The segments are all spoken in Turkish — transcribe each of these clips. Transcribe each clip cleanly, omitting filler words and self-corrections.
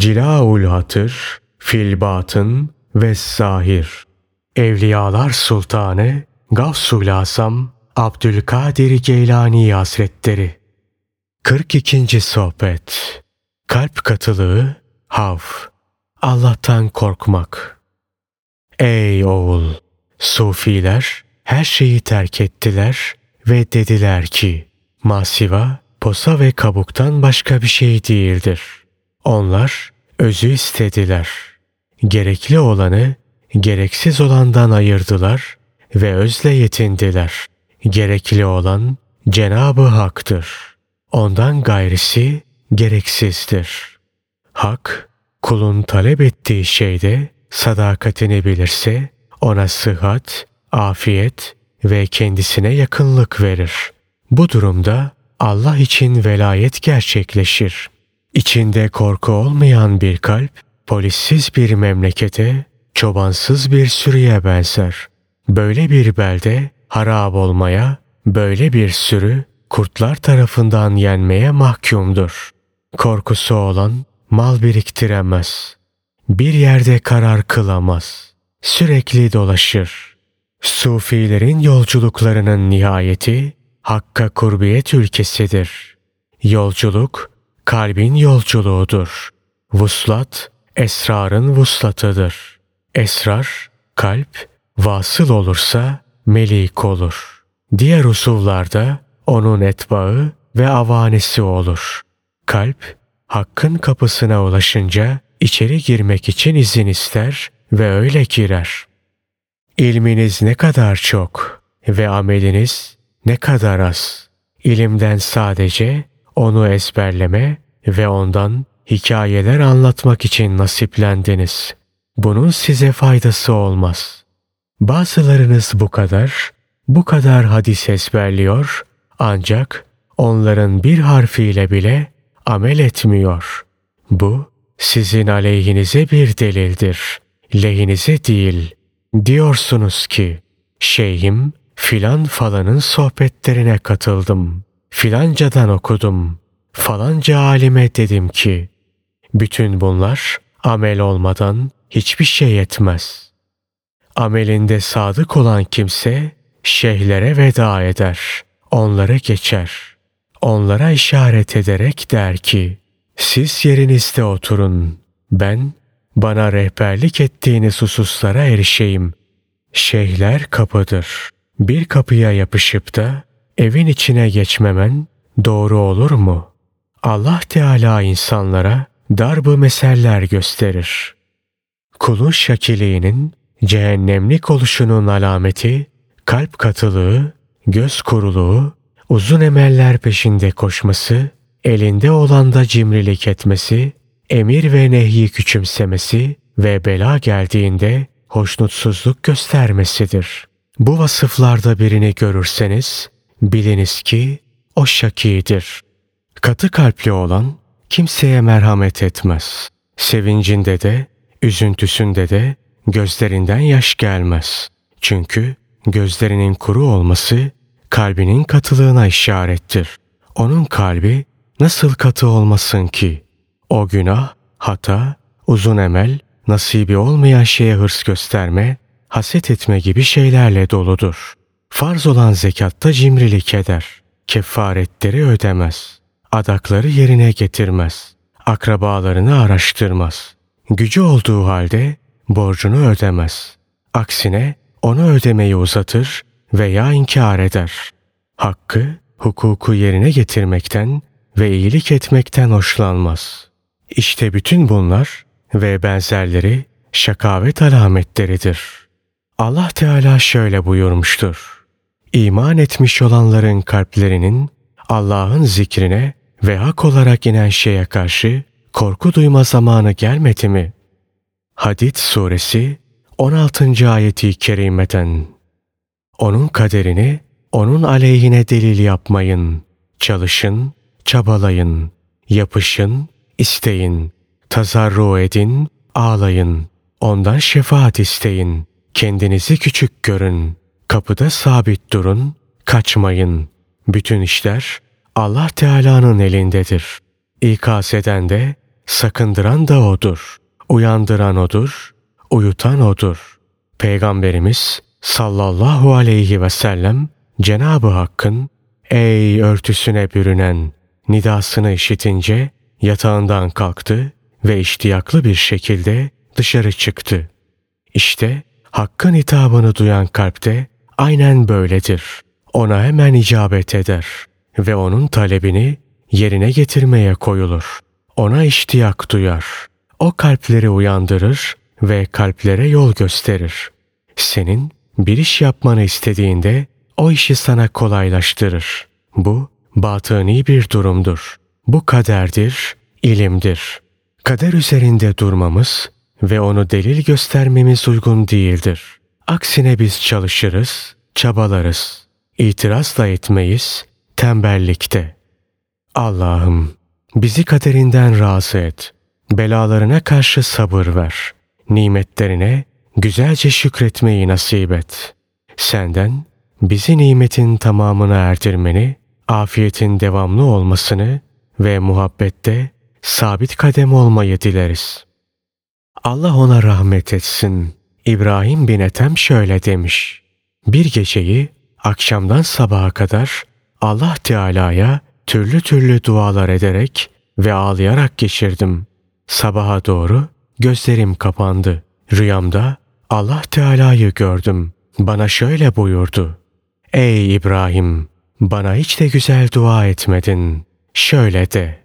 Cilaul hatır, fil batın ve zahir. Evliyalar Sultanı Gavsul Azam Abdülkadir Geylani Hazretleri. 42. Sohbet. Kalp katılığı, havf. Allah'tan korkmak. Ey oğul! Sufiler her şeyi terk ettiler ve dediler ki, masiva, posa ve kabuktan başka bir şey değildir. Onlar özü istediler. Gerekli olanı gereksiz olandan ayırdılar ve özle yetindiler. Gerekli olan Cenab-ı Hak'tır. Ondan gayrisi gereksizdir. Hak, kulun talep ettiği şeyde sadakatini bilirse ona sıhhat, afiyet ve kendisine yakınlık verir. Bu durumda Allah için velayet gerçekleşir. İçinde korku olmayan bir kalp, polissiz bir memlekete, çobansız bir sürüye benzer. Böyle bir belde harap olmaya, böyle bir sürü kurtlar tarafından yenmeye mahkumdur. Korkusu olan mal biriktiremez. Bir yerde karar kılamaz. Sürekli dolaşır. Sufilerin yolculuklarının nihayeti Hakk'a kurbiyet ülkesidir. Yolculuk kalbin yolculuğudur. Vuslat esrarın vuslatıdır. Esrar kalp vasıl olursa melik olur. Diğer usuvlarda onun etbaı ve avanesi olur. Kalp Hakk'ın kapısına ulaşınca içeri girmek için izin ister ve öyle girer. İlminiz ne kadar çok ve ameliniz ne kadar az. İlimden sadece onu ezberleme ve ondan hikayeler anlatmak için nasiplendiniz. Bunun size faydası olmaz. Bazılarınız bu kadar hadis ezberliyor ancak onların bir harfiyle bile amel etmiyor. Bu sizin aleyhinize bir delildir, lehinize değil. Diyorsunuz ki, şeyhim filan falanın sohbetlerine katıldım, filancadan okudum, falanca alime dedim ki, bütün bunlar amel olmadan hiçbir şey etmez. Amelinde sadık olan kimse şeyhlere veda eder, onları geçer. Onlara işaret ederek der ki, siz yerinizde oturun, ben bana rehberlik ettiğiniz hususlara erişeyim. Şeyhler kapıdır. Bir kapıya yapışıp da evin içine geçmemen doğru olur mu? Allah Teala insanlara darb-ı meseller gösterir. Kulun şakiliğinin cehennemlik oluşunun alameti kalp katılığı, göz kuruluğu, uzun emeller peşinde koşması, elinde olanda cimrilik etmesi, emir ve nehyi küçümsemesi ve bela geldiğinde hoşnutsuzluk göstermesidir. Bu vasıflarda birini görürseniz biliniz ki o şakidir. Katı kalpli olan kimseye merhamet etmez. Sevincinde de, üzüntüsünde de gözlerinden yaş gelmez. Çünkü gözlerinin kuru olması kalbinin katılığına işarettir. Onun kalbi nasıl katı olmasın ki? O günah, hata, uzun emel, nasibi olmayan şeye hırs gösterme, haset etme gibi şeylerle doludur. Farz olan zekatta cimrilik eder. Kefaretleri ödemez. Adakları yerine getirmez. Akrabalarını araştırmaz. Gücü olduğu halde borcunu ödemez. Aksine onu ödemeyi uzatır veya inkar eder. Hakkı, hukuku yerine getirmekten ve iyilik etmekten hoşlanmaz. İşte bütün bunlar ve benzerleri şakavet alametleridir. Allah Teala şöyle buyurmuştur. İman etmiş olanların kalplerinin Allah'ın zikrine ve hak olarak inen şeye karşı korku duyma zamanı gelmedi mi? Hadid suresi 16. ayeti kerimeden. Onun kaderini onun aleyhine delil yapmayın. Çalışın, çabalayın, yapışın, isteyin, tazarru edin, ağlayın. Ondan şefaat isteyin. Kendinizi küçük görün. Kapıda sabit durun, kaçmayın. Bütün işler Allah Teala'nın elindedir. İkaz eden de sakındıran da O'dur. Uyandıran O'dur, uyutan O'dur. Peygamberimiz sallallahu aleyhi ve sellem Cenab-ı Hakk'ın ''Ey örtüsüne bürünen'' nidasını işitince yatağından kalktı ve iştiyaklı bir şekilde dışarı çıktı. İşte Hakk'ın hitabını duyan kalpte aynen böyledir. Ona hemen icabet eder ve onun talebini yerine getirmeye koyulur. Ona iştiyak duyar. O kalpleri uyandırır ve kalplere yol gösterir. Senin bir iş yapmanı istediğinde o işi sana kolaylaştırır. Bu batıni bir durumdur. Bu kaderdir, ilimdir. Kader üzerinde durmamız ve onu delil göstermemiz uygun değildir. Aksine biz çalışırız, çabalarız. İtiraz da etmeyiz, tembellikte. Allah'ım bizi kaderinden razı et. Belalarına karşı sabır ver. Nimetlerine güzelce şükretmeyi nasip et. Senden bizi nimetin tamamına erdirmeni, afiyetin devamlı olmasını ve muhabbette sabit kadem olmayı dileriz. Allah ona rahmet etsin. İbrahim bin Ethem şöyle demiş. Bir geceyi akşamdan sabaha kadar Allah Teala'ya türlü türlü dualar ederek ve ağlayarak geçirdim. Sabaha doğru gözlerim kapandı. Rüyamda Allah Teala'yı gördüm. Bana şöyle buyurdu. Ey İbrahim! Bana hiç de güzel dua etmedin. Şöyle de.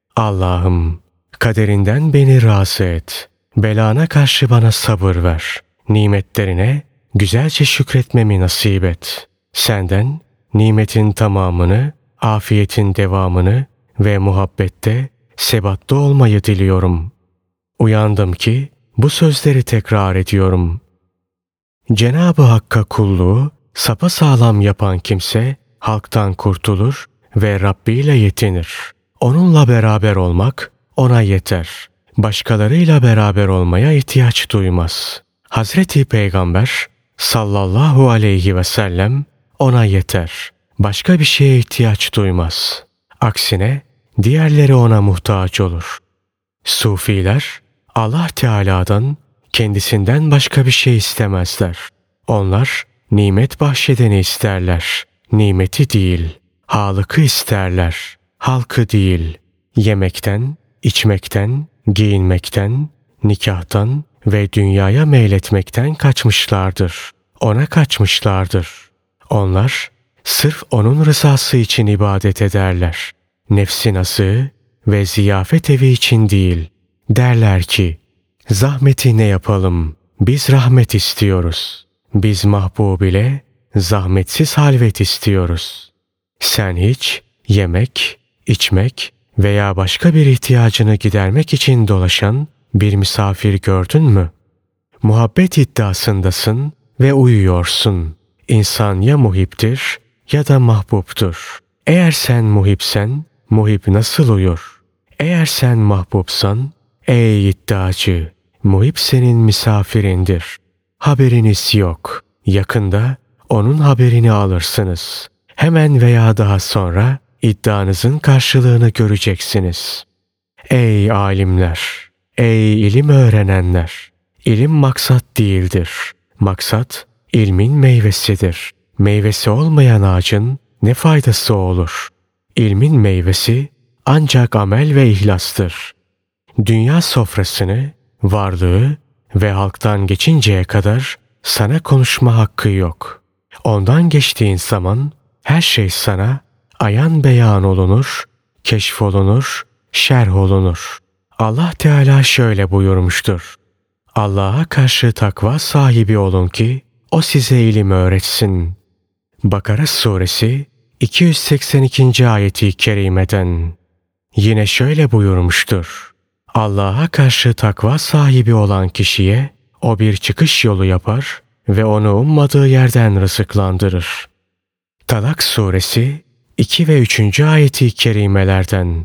Allah'ım kaderinden beni razı et. Belana karşı bana sabır ver. Nimetlerine güzelce şükretmemi nasip et. Senden nimetin tamamını, afiyetin devamını ve muhabbette sebatta olmayı diliyorum. Uyandım ki bu sözleri tekrar ediyorum. Cenab-ı Hakk'a kulluğu sapasağlam yapan kimse halktan kurtulur ve Rabbi ile yetinir. Onunla beraber olmak ona yeter. Başkalarıyla beraber olmaya ihtiyaç duymaz. Hazreti Peygamber sallallahu aleyhi ve sellem ona yeter. Başka bir şeye ihtiyaç duymaz. Aksine diğerleri ona muhtaç olur. Sufiler Allah Teala'dan kendisinden başka bir şey istemezler. Onlar nimet bahşedeni isterler. Nimeti değil, Halık'ı isterler. Halkı değil. Yemekten, içmekten, giyinmekten, nikahtan ve dünyaya meyletmekten kaçmışlardır. Ona kaçmışlardır. Onlar sırf onun rızası için ibadet ederler. Nefsin azığı ve ziyafet evi için değil. Derler ki, zahmeti ne yapalım? Biz rahmet istiyoruz. Biz mahbub ile zahmetsiz halvet istiyoruz. Sen hiç yemek, içmek veya başka bir ihtiyacını gidermek için dolaşan bir misafir gördün mü? Muhabbet iddiasındasın ve uyuyorsun. İnsan ya muhiptir ya da mahbuptur. Eğer sen muhipsen, muhip nasıl uyur? Eğer sen mahbupsan, ey iddiacı, muhip senin misafirindir. Haberiniz yok. Yakında onun haberini alırsınız. Hemen veya daha sonra iddianızın karşılığını göreceksiniz. Ey alimler! Ey ilim öğrenenler! İlim maksat değildir. Maksat ilmin meyvesidir. Meyvesi olmayan ağacın ne faydası olur? İlmin meyvesi ancak amel ve ihlastır. Dünya sofrasını, varlığı ve halktan geçinceye kadar sana konuşma hakkı yok. Ondan geçtiğin zaman her şey sana ayan beyan olunur, keşfolunur, şerh olunur. Allah Teala şöyle buyurmuştur. Allah'a karşı takva sahibi olun ki o size ilim öğretsin. Bakara suresi 282. ayeti kerimeden. Yine şöyle buyurmuştur. Allah'a karşı takva sahibi olan kişiye o bir çıkış yolu yapar ve onu ummadığı yerden rızıklandırır. Talak suresi 2 ve 3. ayeti kerimelerden.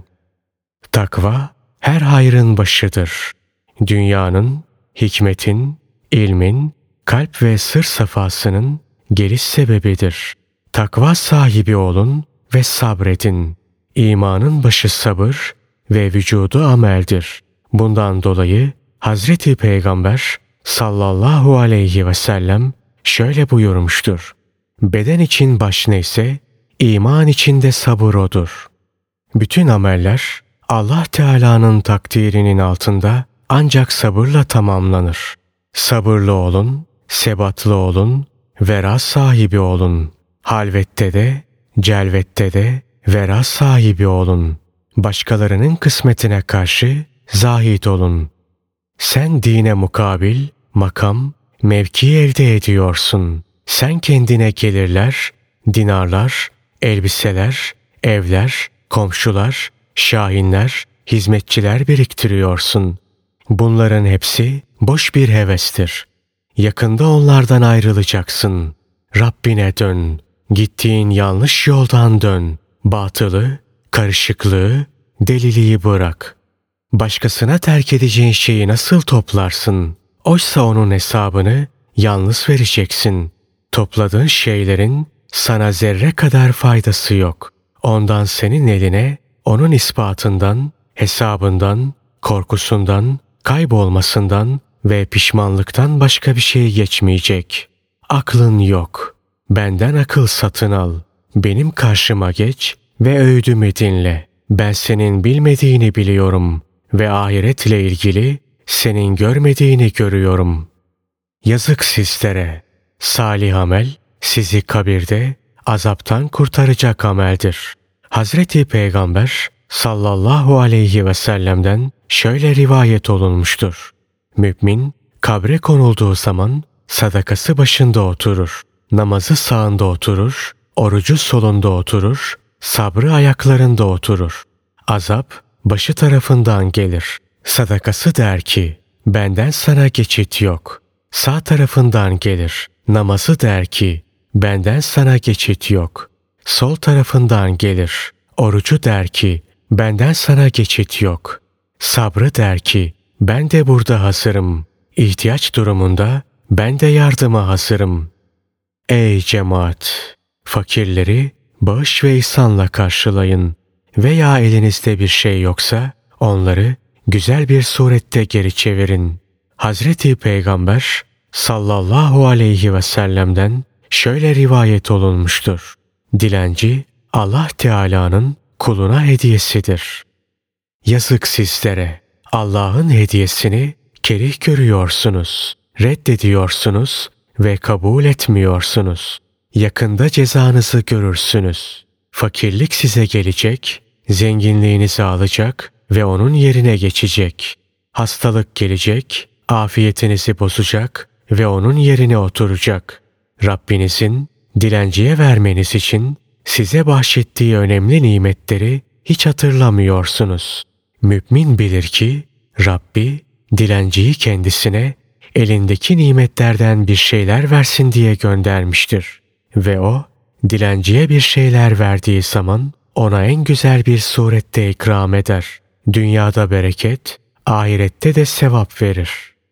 Takva her hayrın başıdır. Dünyanın, hikmetin, ilmin, kalp ve sır safasının geliş sebebidir. Takva sahibi olun ve sabredin. İmanın başı sabır, ve vücudu ameldir. Bundan dolayı Hazreti Peygamber sallallahu aleyhi ve sellem şöyle buyurmuştur. Beden için baş neyse, iman içinde sabır odur. Bütün ameller Allah Teala'nın takdirinin altında ancak sabırla tamamlanır. Sabırlı olun, sebatlı olun, vera sahibi olun. Halvette de, celvette de vera sahibi olun. Başkalarının kısmetine karşı zahid olun. Sen dine mukabil, makam, mevki elde ediyorsun. Sen kendine gelirler, dinarlar, elbiseler, evler, komşular, şahinler, hizmetçiler biriktiriyorsun. Bunların hepsi boş bir hevestir. Yakında onlardan ayrılacaksın. Rabbine dön. Gittiğin yanlış yoldan dön. Batılı, karışıklığı, deliliği bırak. Başkasına terk edeceğin şeyi nasıl toplarsın? Oysa onun hesabını yalnız vereceksin. Topladığın şeylerin sana zerre kadar faydası yok. Ondan senin eline, onun ispatından, hesabından, korkusundan, kaybolmasından ve pişmanlıktan başka bir şey geçmeyecek. Aklın yok. Benden akıl satın al. Benim karşıma geç ve öğüdümü dinle. Ben senin bilmediğini biliyorum ve ahiretle ilgili senin görmediğini görüyorum. Yazık sizlere. Salih amel sizi kabirde azaptan kurtaracak ameldir. Hazreti Peygamber sallallahu aleyhi ve sellem'den şöyle rivayet olunmuştur. Mümin kabre konulduğu zaman sadakası başında oturur, namazı sağında oturur, orucu solunda oturur, sabrı ayaklarında oturur. Azap başı tarafından gelir. Sadakası der ki, benden sana geçit yok. Sağ tarafından gelir. Namazı der ki, benden sana geçit yok. Sol tarafından gelir. Orucu der ki, benden sana geçit yok. Sabrı der ki, ben de burada hazırım. İhtiyaç durumunda ben de yardıma hazırım. Ey cemaat! Fakirleri bağış ve ihsanla karşılayın. Veya elinizde bir şey yoksa onları güzel bir surette geri çevirin. Hazreti Peygamber sallallahu aleyhi ve sellem'den şöyle rivayet olunmuştur. Dilenci Allah Teala'nın kuluna hediyesidir. Yazık sizlere! Allah'ın hediyesini kerih görüyorsunuz, reddediyorsunuz ve kabul etmiyorsunuz. Yakında cezanızı görürsünüz. Fakirlik size gelecek, zenginliğinizi alacak ve onun yerine geçecek. Hastalık gelecek, afiyetinizi bozacak ve onun yerine oturacak. Rabbinizin dilenciye vermeniz için size bahşettiği önemli nimetleri hiç hatırlamıyorsunuz. Mümin bilir ki Rabbi dilenciyi kendisine elindeki nimetlerden bir şeyler versin diye göndermiştir. Ve o dilenciye bir şeyler verdiği zaman ona en güzel bir surette ikram eder. Dünyada bereket, ahirette de sevap verir.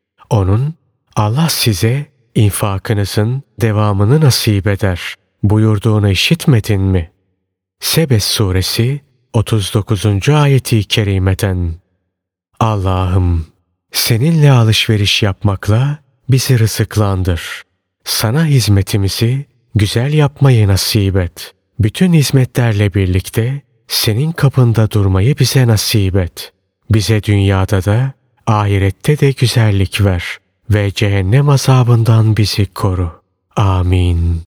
Onun Allah size infakınızın devamını nasip eder buyurduğunu işitmedin mi? Sebe suresi 39. ayeti kerimeden. Allah'ım seninle alışveriş yapmakla bizi rızıklandır. Sana hizmetimizi güzel yapmayı nasip et. Bütün hizmetlerle birlikte senin kapında durmayı bize nasip et. Bize dünyada da ahirette de güzellik ver ve cehennem azabından bizi koru. Amin.